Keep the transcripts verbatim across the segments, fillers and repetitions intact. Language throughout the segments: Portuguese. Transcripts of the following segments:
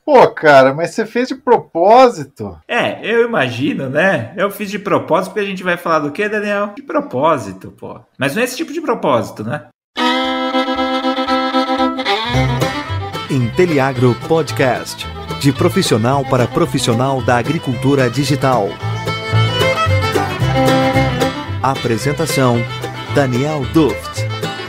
Pô, cara, mas você fez de propósito. É, eu imagino, né? Eu fiz de propósito porque a gente vai falar do quê, Daniel? De propósito, pô. Mas não é esse tipo de propósito, né? Inteliagro Podcast. De profissional para profissional da agricultura digital. Apresentação: Daniel Duft.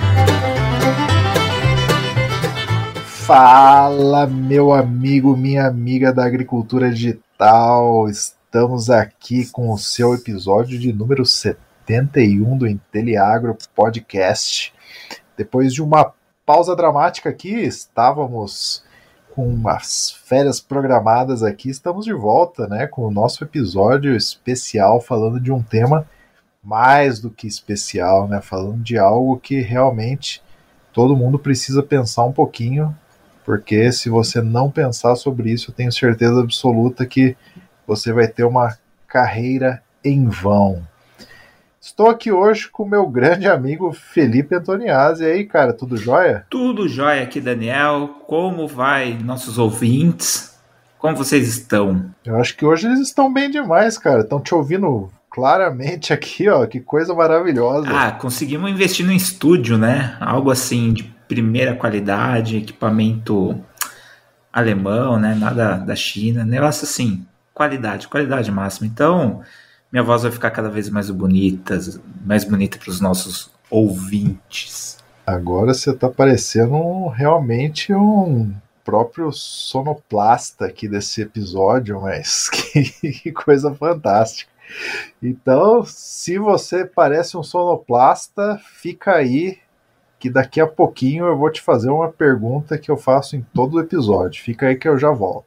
Fala, meu amigo, minha amiga da agricultura digital. Estamos aqui com o seu episódio de número setenta e um do Inteliagro Podcast. Depois de uma pausa dramática aqui, estávamos com umas férias programadas aqui, estamos de volta, né, com o nosso episódio especial falando de um tema mais do que especial, né, falando de algo que realmente todo mundo precisa pensar um pouquinho, porque se você não pensar sobre isso, eu tenho certeza absoluta que você vai ter uma carreira em vão. Estou aqui hoje com o meu grande amigo Felipe Antoniazzi. E aí, cara, tudo jóia? Tudo jóia aqui, Daniel. Como vai nossos ouvintes? Como vocês estão? Eu acho que hoje eles estão bem demais, cara. Estão te ouvindo claramente aqui, ó. Que coisa maravilhosa. Ah, conseguimos investir no estúdio, né? Algo assim de primeira qualidade, equipamento alemão, né? Nada da China. Negócio assim, qualidade, qualidade máxima. Então, minha voz vai ficar cada vez mais bonita, mais bonita para os nossos ouvintes. Agora você tá parecendo realmente um próprio sonoplasta aqui desse episódio, mas que, que coisa fantástica. Então, se você parece um sonoplasta, fica aí que daqui a pouquinho eu vou te fazer uma pergunta que eu faço em todo o episódio. Fica aí que eu já volto.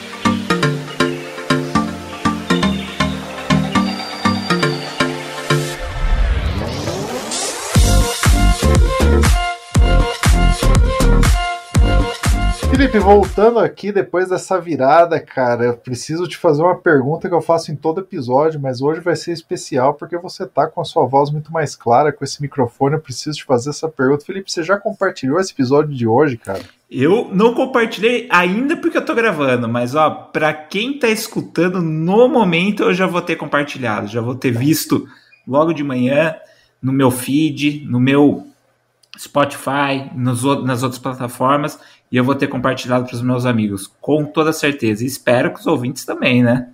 Felipe, voltando aqui depois dessa virada, cara, eu preciso te fazer uma pergunta que eu faço em todo episódio, mas hoje vai ser especial porque você tá com a sua voz muito mais clara com esse microfone. Eu preciso te fazer essa pergunta. Felipe, você já compartilhou esse episódio de hoje, cara? Eu não compartilhei ainda porque eu tô gravando, mas ó, pra quem tá escutando no momento eu já vou ter compartilhado, já vou ter visto logo de manhã no meu feed, no meu Spotify, nos, nas outras plataformas, e eu vou ter compartilhado para os meus amigos, com toda certeza. E espero que os ouvintes também, né?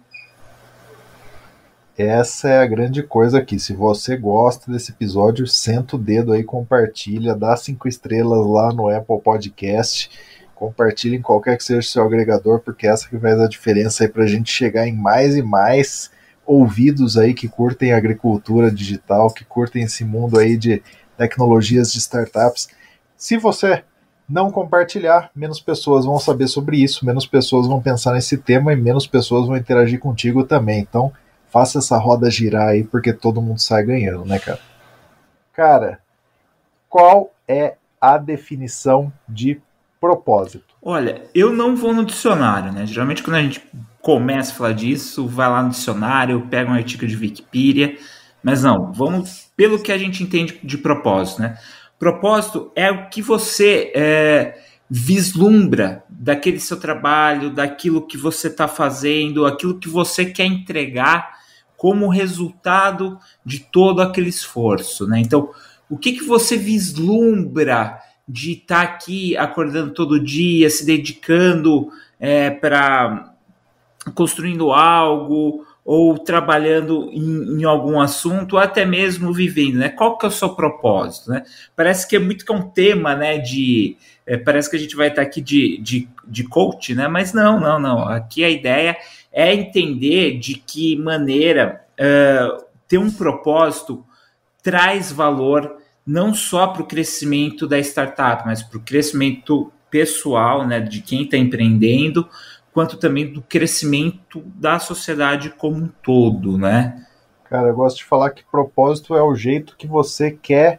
Essa é a grande coisa aqui. Se você gosta desse episódio, senta o dedo aí, compartilha, dá cinco estrelas lá no Apple Podcast, compartilha em qualquer que seja o seu agregador, porque essa que faz a diferença aí para a gente chegar em mais e mais ouvidos aí que curtem a agricultura digital, que curtem esse mundo aí de tecnologias de startups. Se você não compartilhar, menos pessoas vão saber sobre isso, menos pessoas vão pensar nesse tema e menos pessoas vão interagir contigo também. Então, faça essa roda girar aí, porque todo mundo sai ganhando, né, cara? Cara, qual é a definição de propósito? Olha, eu não vou no dicionário, né? Geralmente quando a gente começa a falar disso, vai lá no dicionário, pega um artigo de Wikipedia, mas não, vamos pelo que a gente entende de propósito, né? Propósito é o que você é, vislumbra daquele seu trabalho, daquilo que você está fazendo, aquilo que você quer entregar como resultado de todo aquele esforço, né? Então, o que, que você vislumbra de estar tá aqui acordando todo dia, se dedicando é, para construindo algo, ou trabalhando em, em algum assunto, ou até mesmo vivendo, né? Qual que é o seu propósito, né? Parece que é muito que é um tema, né? De, é, parece que a gente vai estar aqui de, de, de coach, né? Mas não, não, não. Aqui a ideia é entender de que maneira uh, ter um propósito traz valor não só para o crescimento da startup, mas para o crescimento pessoal, né? De quem está empreendendo, quanto também do crescimento da sociedade como um todo, né? Cara, eu gosto de falar que propósito é o jeito que você quer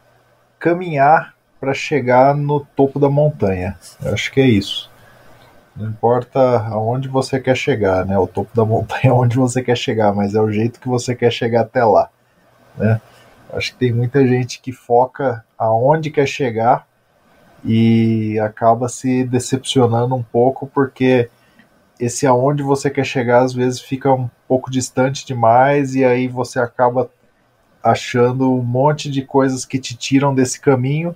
caminhar para chegar no topo da montanha. Eu acho que é isso. Não importa aonde você quer chegar, né? O topo da montanha é onde você quer chegar, mas é o jeito que você quer chegar até lá, né? Acho que tem muita gente que foca aonde quer chegar e acaba se decepcionando um pouco porque esse aonde você quer chegar às vezes fica um pouco distante demais e aí você acaba achando um monte de coisas que te tiram desse caminho,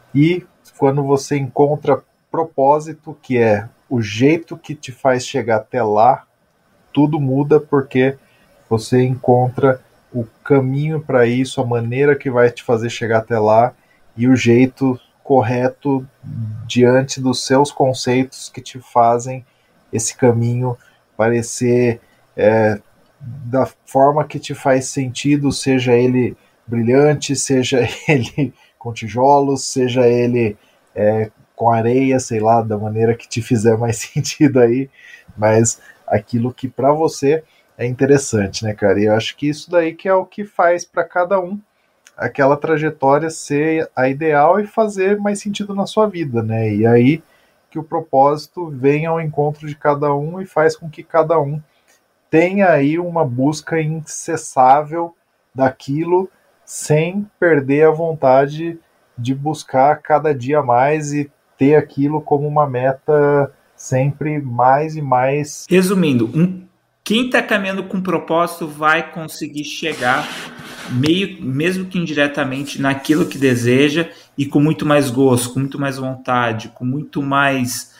e quando você encontra propósito, que é o jeito que te faz chegar até lá, tudo muda, porque você encontra o caminho para isso, a maneira que vai te fazer chegar até lá e o jeito correto diante dos seus conceitos que te fazem esse caminho parecer é, da forma que te faz sentido, seja ele brilhante, seja ele com tijolos, seja ele é, com areia, sei lá, da maneira que te fizer mais sentido aí, mas aquilo que para você é interessante, né, cara? E eu acho que isso daí que é o que faz para cada um aquela trajetória ser a ideal e fazer mais sentido na sua vida, né? E aí que o propósito vem ao encontro de cada um e faz com que cada um tenha aí uma busca incessável daquilo, sem perder a vontade de buscar cada dia mais e ter aquilo como uma meta sempre mais e mais. Resumindo, um, quem está caminhando com propósito vai conseguir chegar, meio, mesmo que indiretamente, naquilo que deseja e com muito mais gosto, com muito mais vontade, com muito mais...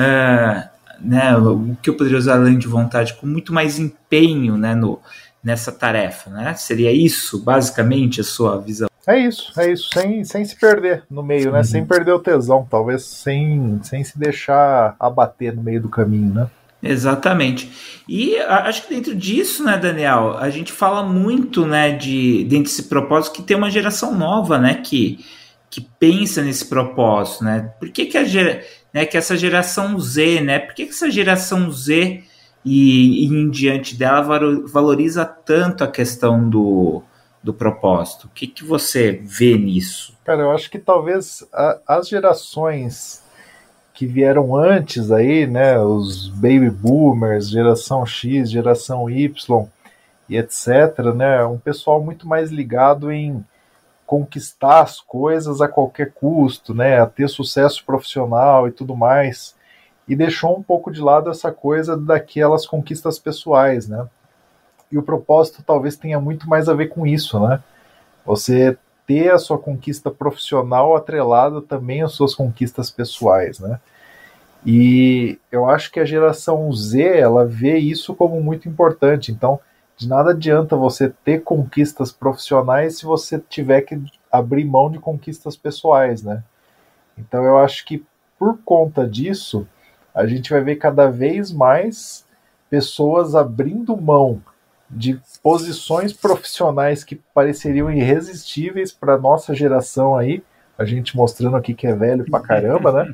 Uh, né, o que eu poderia usar além de vontade, com muito mais empenho, né, no, nessa tarefa, né? Seria isso, basicamente, a sua visão? É isso, é isso, sem, sem se perder no meio, né? Uhum. Sem perder o tesão, talvez sem, sem se deixar abater no meio do caminho, né? Exatamente. E acho que dentro disso, né, Daniel, a gente fala muito, né, de, dentro desse propósito, que tem uma geração nova, né, que, que pensa nesse propósito, né? Por que que, a, né, que essa geração Z, né? Por que que essa geração Z e, e em diante dela valoriza tanto a questão do, do propósito? O que que você vê nisso? Cara, eu acho que talvez a, as gerações que vieram antes aí, né, os baby boomers, geração X, geração Y e etc, né, um pessoal muito mais ligado em conquistar as coisas a qualquer custo, né, a ter sucesso profissional e tudo mais, e deixou um pouco de lado essa coisa daquelas conquistas pessoais, né, e o propósito talvez tenha muito mais a ver com isso, né, você ter a sua conquista profissional atrelada também às suas conquistas pessoais, né? E eu acho que a geração Z, ela vê isso como muito importante. Então, de nada adianta você ter conquistas profissionais se você tiver que abrir mão de conquistas pessoais, né? Então, eu acho que por conta disso, a gente vai ver cada vez mais pessoas abrindo mão de posições profissionais que pareceriam irresistíveis para a nossa geração aí, a gente mostrando aqui que é velho pra caramba, né?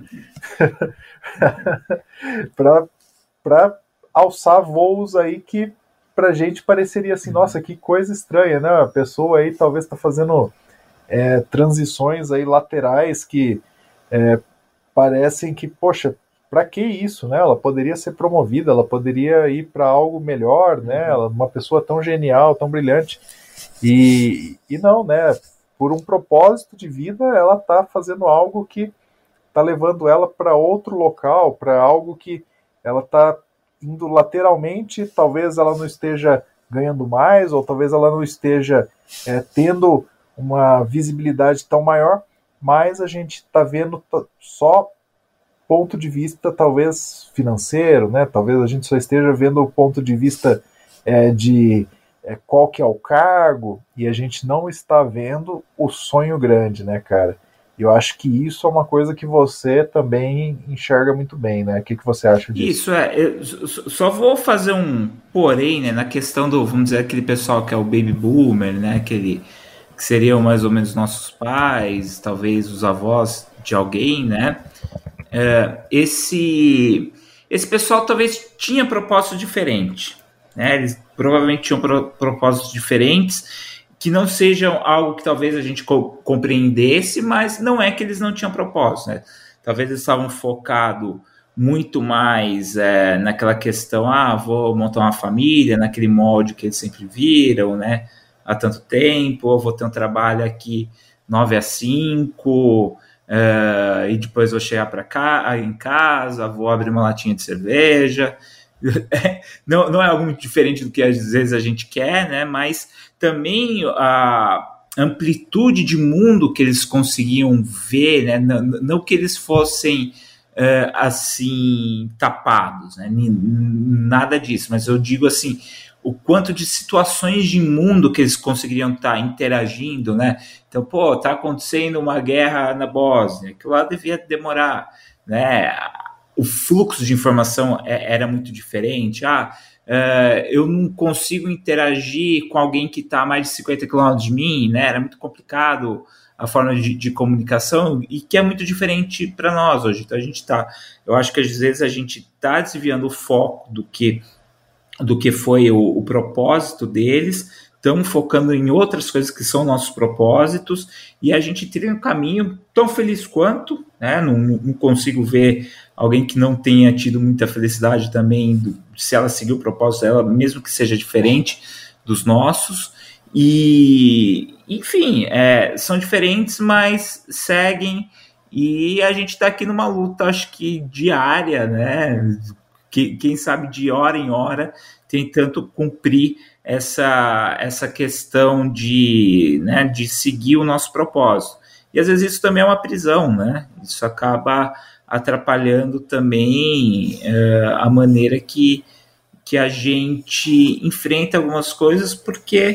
para alçar voos aí que pra gente pareceria assim, nossa, que coisa estranha, né? A pessoa aí talvez está fazendo é, transições aí laterais que é, parecem que, poxa, para que isso, né? Ela poderia ser promovida, ela poderia ir para algo melhor, né? Ela, uma pessoa tão genial, tão brilhante. E, e não, né? Por um propósito de vida, ela está fazendo algo que está levando ela para outro local, para algo que ela está indo lateralmente, talvez ela não esteja ganhando mais, ou talvez ela não esteja é, tendo uma visibilidade tão maior, mas a gente está vendo só ponto de vista talvez financeiro, né? Talvez a gente só esteja vendo o ponto de vista é, de é, qual que é o cargo, e a gente não está vendo o sonho grande, né, cara? E eu acho que isso é uma coisa que você também enxerga muito bem, né? O que, que você acha disso? Isso, é. Eu só vou fazer um porém, né, na questão do, vamos dizer, aquele pessoal que é o baby boomer, né? Aquele que seriam mais ou menos nossos pais, talvez os avós de alguém, né? É, esse, esse pessoal talvez tinha propósito diferente, né? Eles provavelmente tinham pro, propósitos diferentes, que não sejam algo que talvez a gente co- compreendesse, mas não é que eles não tinham propósito, né? Talvez eles estavam focados muito mais é, naquela questão, ah, vou montar uma família, naquele molde que eles sempre viram, né? Há tanto tempo, ou vou ter um trabalho aqui nove a cinco, uh, e depois vou chegar para cá, em casa, vou abrir uma latinha de cerveja, não, não é algo muito diferente do que às vezes a gente quer, né? Mas também a amplitude de mundo que eles conseguiam ver, né? Não, não que eles fossem uh, assim tapados, né? Nada disso, mas eu digo assim, o quanto de situações de mundo que eles conseguiriam estar interagindo, né? Então, pô, tá acontecendo uma guerra na Bósnia, que lá devia demorar, né? O fluxo de informação era muito diferente. Ah, Uh, eu não consigo interagir com alguém que está a mais de cinquenta quilômetros de mim, né? Era muito complicado a forma de, de comunicação e que é muito diferente para nós hoje. Então a gente está, eu acho que às vezes a gente está desviando o foco do que, do que foi o, o propósito deles, estamos focando em outras coisas que são nossos propósitos e a gente trilha um caminho tão feliz quanto, né? Não, não consigo ver alguém que não tenha tido muita felicidade também, do, se ela seguir o propósito dela, mesmo que seja diferente dos nossos. E, enfim, é, são diferentes, mas seguem. E a gente está aqui numa luta, acho que diária, né? Que, quem sabe de hora em hora, tentando cumprir essa, essa questão de, né, de seguir o nosso propósito. E às vezes isso também é uma prisão, né? Isso acaba atrapalhando também uh, a maneira que, que a gente enfrenta algumas coisas, porque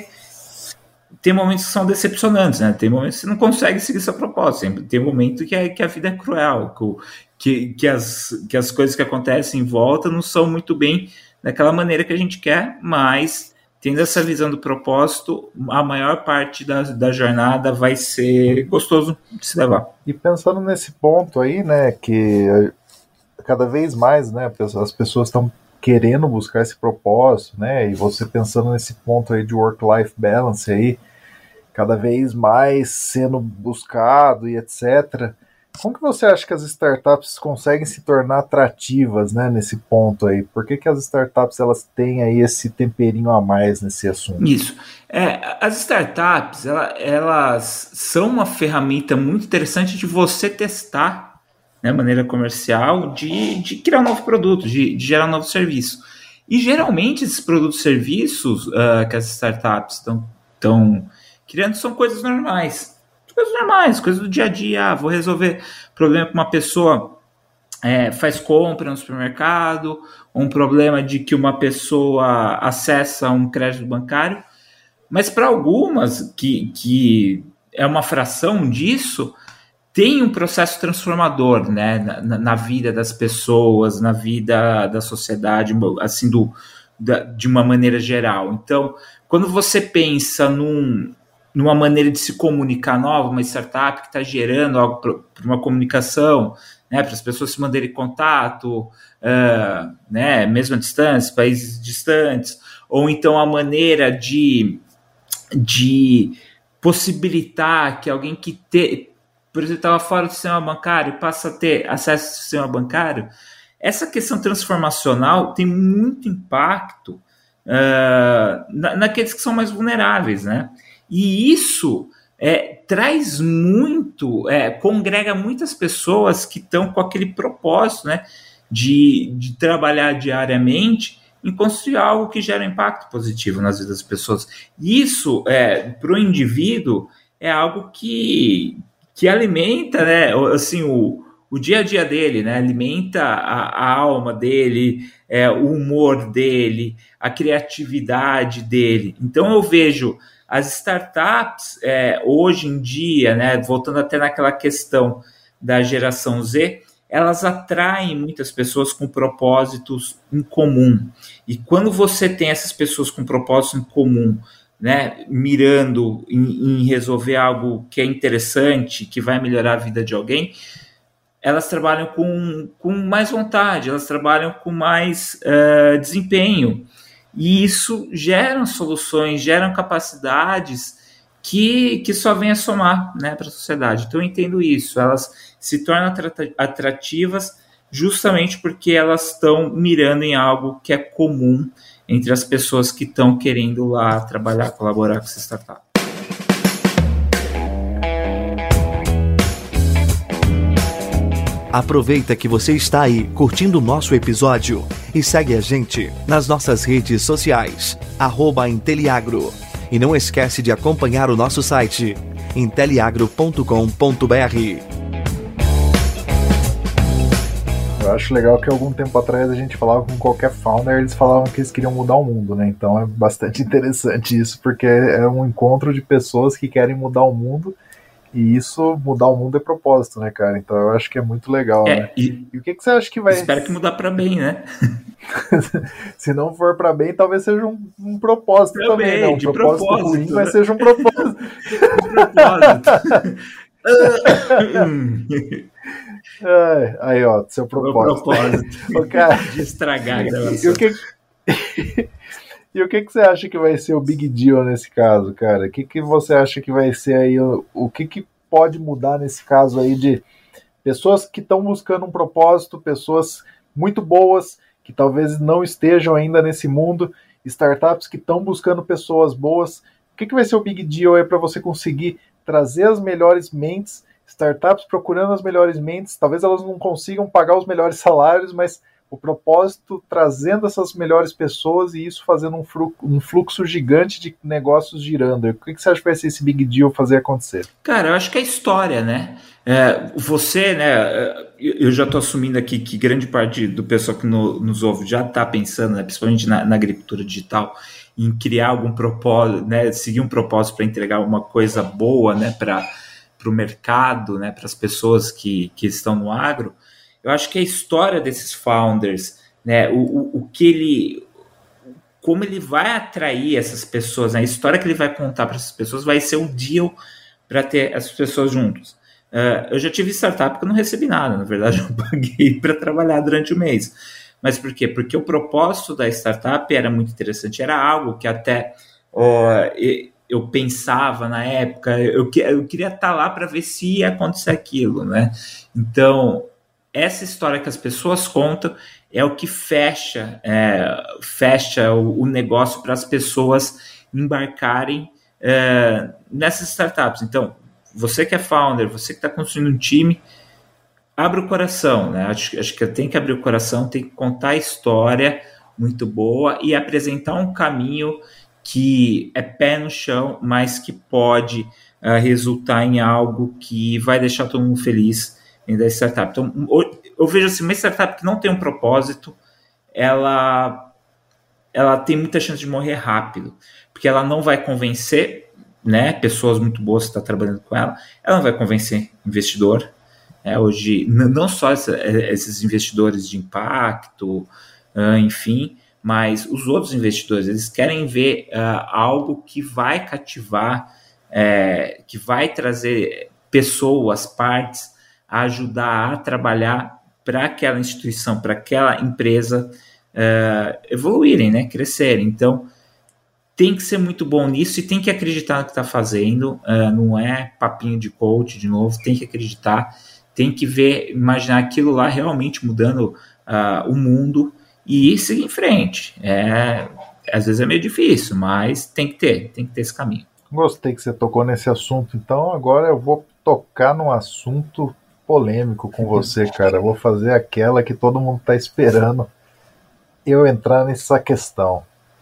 tem momentos que são decepcionantes, né? Tem momentos que você não consegue seguir seu propósito, tem momentos que a, que a vida é cruel, que, que, as, que as coisas que acontecem em volta não são muito bem daquela maneira que a gente quer, mas tendo essa visão do propósito, a maior parte da, da jornada vai ser gostoso de se levar. E pensando nesse ponto aí, né, que cada vez mais, né, as pessoas estão querendo buscar esse propósito, né, e você pensando nesse ponto aí de work-life balance aí, cada vez mais sendo buscado e etcétera. Como que você acha que as startups conseguem se tornar atrativas, né, nesse ponto aí? Por que que as startups elas têm aí esse temperinho a mais nesse assunto? Isso. É, as startups, ela, elas são uma ferramenta muito interessante de você testar, né, maneira comercial, de, de criar um novo produto, de, de gerar um novo serviço. E geralmente esses produtos e serviços uh, que as startups estão criando são coisas normais. Coisas normais, coisas do dia a dia. Ah, vou resolver problema que uma pessoa é, faz compra no supermercado, um problema de que uma pessoa acessa um crédito bancário. Mas para algumas, que, que é uma fração disso, tem um processo transformador, né, na, na vida das pessoas, na vida da sociedade, assim, do, da, de uma maneira geral. Então, quando você pensa num... numa maneira de se comunicar nova, uma startup que está gerando algo para uma comunicação, né, para as pessoas se manterem em contato, uh, né, mesmo à distância, países distantes, ou então a maneira de, de possibilitar que alguém que, te, por exemplo, estava fora do sistema bancário passa a ter acesso ao sistema bancário. Essa questão transformacional tem muito impacto uh, na, naqueles que são mais vulneráveis, né? E isso é, traz muito, é, congrega muitas pessoas que estão com aquele propósito, né, de, de trabalhar diariamente em construir algo que gera impacto positivo nas vidas das pessoas. Isso, é, para o indivíduo, é algo que, que alimenta, né, assim, o, o dia a dia dele, né, alimenta a, a alma dele, é, o humor dele, a criatividade dele. Então eu vejo as startups, é, hoje em dia, né, voltando até naquela questão da geração Z, elas atraem muitas pessoas com propósitos em comum. E quando você tem essas pessoas com propósito em comum, né, mirando em, em resolver algo que é interessante, que vai melhorar a vida de alguém, elas trabalham com, com mais vontade, elas trabalham com mais uh, desempenho. E isso gera soluções, geram capacidades que, que só vêm a somar, né, para a sociedade. Então eu entendo isso, elas se tornam atrativas justamente porque elas estão mirando em algo que é comum entre as pessoas que estão querendo lá trabalhar, colaborar com essa startup. Aproveita que você está aí curtindo o nosso episódio e segue a gente nas nossas redes sociais, arroba Inteliagro. E não esquece de acompanhar o nosso site, inteliagro ponto com ponto b r. Eu acho legal que algum tempo atrás a gente falava com qualquer founder, eles falavam que eles queriam mudar o mundo, né? Então é bastante interessante isso, porque é um encontro de pessoas que querem mudar o mundo, e isso, mudar o mundo é propósito, né, cara? Então eu acho que é muito legal, é, né? E, e o que, que você acha que vai... Espero que mudar para bem, né? Se não for para bem, talvez seja um, um propósito também, também, né? Um de propósito, propósito, ruim, né? mas seja um propósito. um propósito. É, aí, ó, seu propósito. propósito. O cara... de estragar a gravação. E o que... E o que, que você acha que vai ser o big deal nesse caso, cara? O que, que você acha que vai ser aí, o, o que, que pode mudar nesse caso aí de pessoas que estão buscando um propósito, pessoas muito boas, que talvez não estejam ainda nesse mundo, startups que estão buscando pessoas boas. O que, que vai ser o big deal aí para você conseguir trazer as melhores mentes, startups procurando as melhores mentes, talvez elas não consigam pagar os melhores salários, mas o propósito trazendo essas melhores pessoas e isso fazendo um fluxo, um fluxo gigante de negócios girando. O que, que você acha que vai ser esse big deal fazer acontecer? Cara, eu acho que é história, né? É, você, né? Eu já estou assumindo aqui que grande parte do pessoal que no, nos ouve já está pensando, né, principalmente na, na agricultura digital, em criar algum propósito, né? Seguir um propósito para entregar uma coisa boa, né? Para o mercado, né? Para as pessoas que, que estão no agro. Eu acho que a história desses founders, né, o, o, o que ele, como ele vai atrair essas pessoas, né, a história que ele vai contar para essas pessoas vai ser o deal para ter essas pessoas juntos. Uh, eu já tive startup que eu não recebi nada, na verdade eu paguei para trabalhar durante o mês. Mas por quê? Porque o propósito da startup era muito interessante, era algo que até uh, eu pensava na época, eu, eu queria estar lá para ver se ia acontecer aquilo, né? Então, essa história que as pessoas contam é o que fecha, é, fecha o, o negócio para as pessoas embarcarem é, nessas startups. Então, você que é founder, você que está construindo um time, abre o coração, né? Acho, acho que tem que abrir o coração, tem que contar a história muito boa e apresentar um caminho que é pé no chão, mas que pode uh, resultar em algo que vai deixar todo mundo feliz da startup. Então, eu vejo assim, uma startup que não tem um propósito, ela, ela tem muita chance de morrer rápido, porque ela não vai convencer, né, pessoas muito boas que estão trabalhando com ela, ela não vai convencer investidor. É, hoje, não só essa, esses investidores de impacto, uh, enfim, mas os outros investidores, eles querem ver uh, algo que vai cativar, é, que vai trazer pessoas, partes, a ajudar a trabalhar para aquela instituição, para aquela empresa uh, evoluírem, né, crescerem. Então, tem que ser muito bom nisso e tem que acreditar no que está fazendo, uh, não é papinho de coach, de novo, tem que acreditar, tem que ver, imaginar aquilo lá realmente mudando uh, o mundo e seguir em frente. É, às vezes é meio difícil, mas tem que ter, tem que ter esse caminho. Gostei que você tocou nesse assunto, então agora eu vou tocar num assunto polêmico com você, cara. Eu vou fazer aquela que todo mundo está esperando eu entrar nessa questão.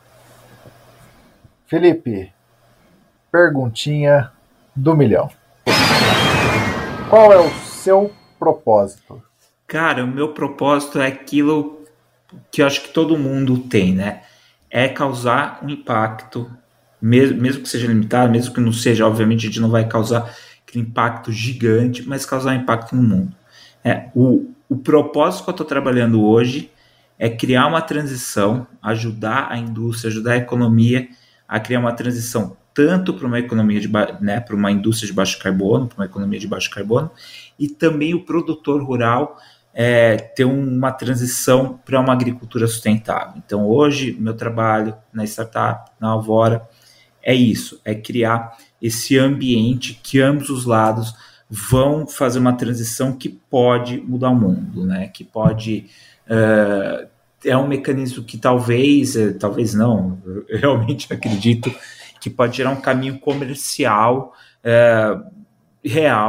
Felipe, perguntinha do milhão. Qual é o seu propósito? Cara, o meu propósito é aquilo que eu acho que todo mundo tem, né? É causar um impacto, mesmo, mesmo que seja limitado, mesmo que não seja, obviamente a gente não vai causar aquele impacto gigante, mas causar um impacto no mundo. É, o, o propósito que eu estou trabalhando hoje é criar uma transição, ajudar a indústria, ajudar a economia a criar uma transição tanto para uma economia de, né, para uma indústria de baixo carbono, para uma economia de baixo carbono, e também o produtor rural é, ter uma transição para uma agricultura sustentável. Então, hoje, meu trabalho na startup, na Alvora, é isso, é criar esse ambiente que ambos os lados vão fazer uma transição que pode mudar o mundo, né? Que pode... Uh, é um mecanismo que talvez, talvez não, eu realmente acredito que pode gerar um caminho comercial uh, real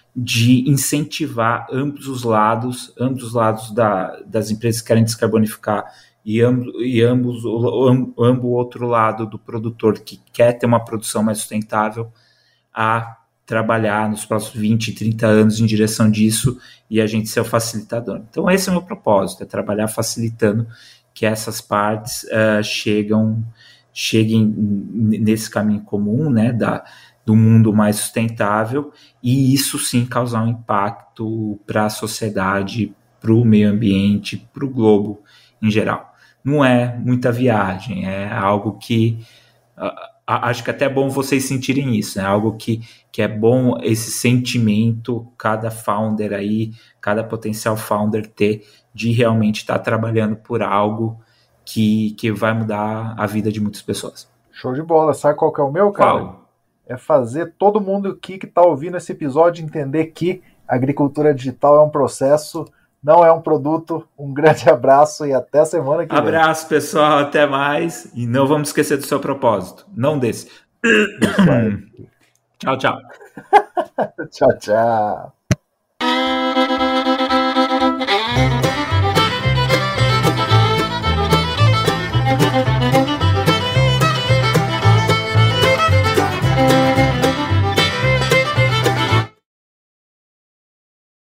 de incentivar ambos os lados, ambos os lados da, das empresas que querem descarbonificar e, amb, e ambos, amb, ambos o outro lado do produtor que quer ter uma produção mais sustentável a trabalhar nos próximos vinte, trinta anos em direção disso e a gente ser o facilitador. Então esse é o meu propósito, é trabalhar facilitando que essas partes uh, chegam, cheguem nesse caminho comum, né, da, do mundo mais sustentável, e isso sim causar um impacto para a sociedade, para o meio ambiente, para o globo em geral. Não é muita viagem, é algo que... Uh, acho que até é bom vocês sentirem isso, né? Algo que, que é bom esse sentimento, cada founder aí, cada potencial founder ter de realmente estar tá trabalhando por algo que, que vai mudar a vida de muitas pessoas. Show de bola. Sabe qual que é o meu, cara? Qual? É fazer todo mundo aqui que está ouvindo esse episódio entender que a agricultura digital é um processo, não é um produto. Um grande abraço e até semana que vem. Abraço, pessoal. Até mais. E não vamos esquecer do seu propósito. Não desse. Tchau, tchau. Tchau, tchau.